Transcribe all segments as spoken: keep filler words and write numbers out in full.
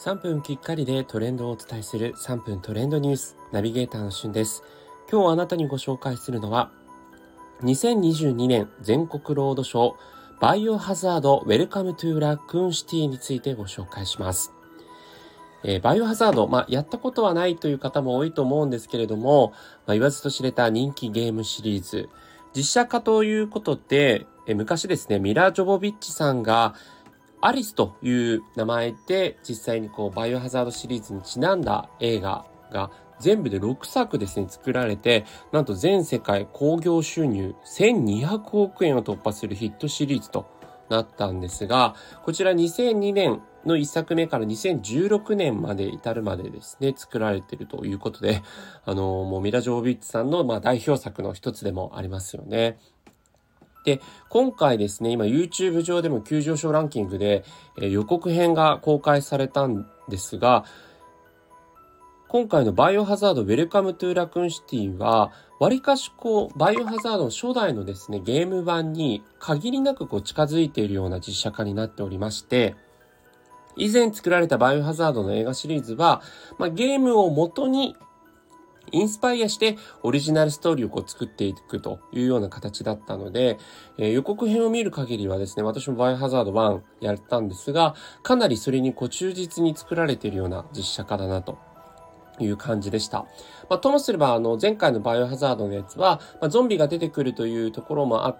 さんぷんきっかりでトレンドをお伝えするさんぷんトレンドニュースナビゲーターのしゅんです。今日あなたにご紹介するのはにせんにじゅうにねん全国ロードショーバイオハザードウェルカムトゥラクーンシティについてご紹介します。えー、バイオハザード、まあ、やったことはないという方も多いと思うんですけれども、まあ、言わずと知れた人気ゲームシリーズ。実写化ということで、えー、昔ですね、ミラ・ジョボビッチさんがアリスという名前で実際にこうバイオハザードシリーズにちなんだ映画が全部でろくさくですね作られて、なんと全世界興行収入せんにひゃくおくえんを突破するヒットシリーズとなったんですが、こちらにせんにねんのいっさくめからにせんじゅうろくねんまで至るまでですね作られているということで、あのもうミラ・ジョービッチさんのまあ代表作の一つでもありますよね。で、今回ですね、今 YouTube 上でも急上昇ランキングで、えー、予告編が公開されたんですが、今回のバイオハザードウェルカムトゥラクーンシティは、わりかしこう、バイオハザードの初代のですね、ゲーム版に限りなくこう近づいているような実写化になっておりまして、以前作られたバイオハザードの映画シリーズは、まあ、ゲームを元にインスパイアしてオリジナルストーリーをこう作っていくというような形だったので、えー、予告編を見る限りはですね、私もバイオハザードワンやったんですが、かなりそれにこう忠実に作られているような実写化だなという感じでした。まあ、ともすれば、あの、前回のバイオハザードのやつは、まあ、ゾンビが出てくるというところもあって、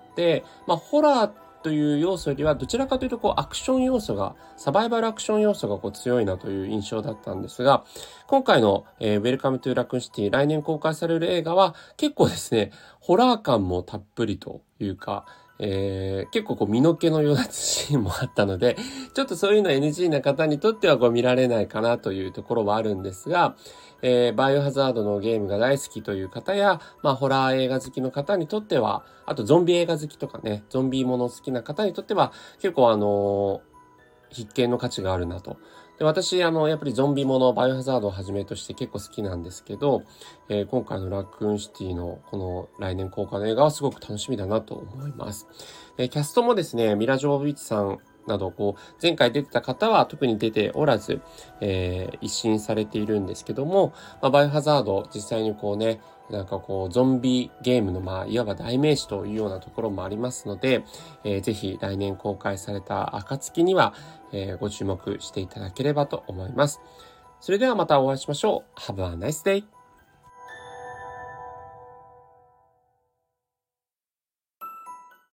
まあ、ホラーという要素よりはどちらかというとこうアクション要素がサバイバルアクション要素がこう強いなという印象だったんですが、今回の、えー、Welcome to Raccoon City 来年公開される映画は結構ですねホラー感もたっぷりというか、えー、結構こう身の毛のようなシーンもあったので、ちょっとそういうの エヌジー な方にとってはこう見られないかなというところはあるんですが、えー、バイオハザードのゲームが大好きという方や、まあホラー映画好きの方にとっては、あとゾンビ映画好きとかね、ゾンビもの好きな方にとっては結構あのー、必見の価値があるなと。で、私、あの、やっぱりゾンビもの、バイオハザードをはじめとして結構好きなんですけど、えー、今回のラクーンシティのこの来年公開の映画はすごく楽しみだなと思います。えー、キャストもですね、ミラ・ジョービッチさんなど、こう、前回出てた方は特に出ておらず、えー、一新されているんですけども、まあ、バイオハザード、実際にこうね、なんかこう、ゾンビゲームの、まあ、いわば代名詞というようなところもありますので、えー、ぜひ来年公開された暁には、えー、ご注目していただければと思います。それではまたお会いしましょう。Have a nice day!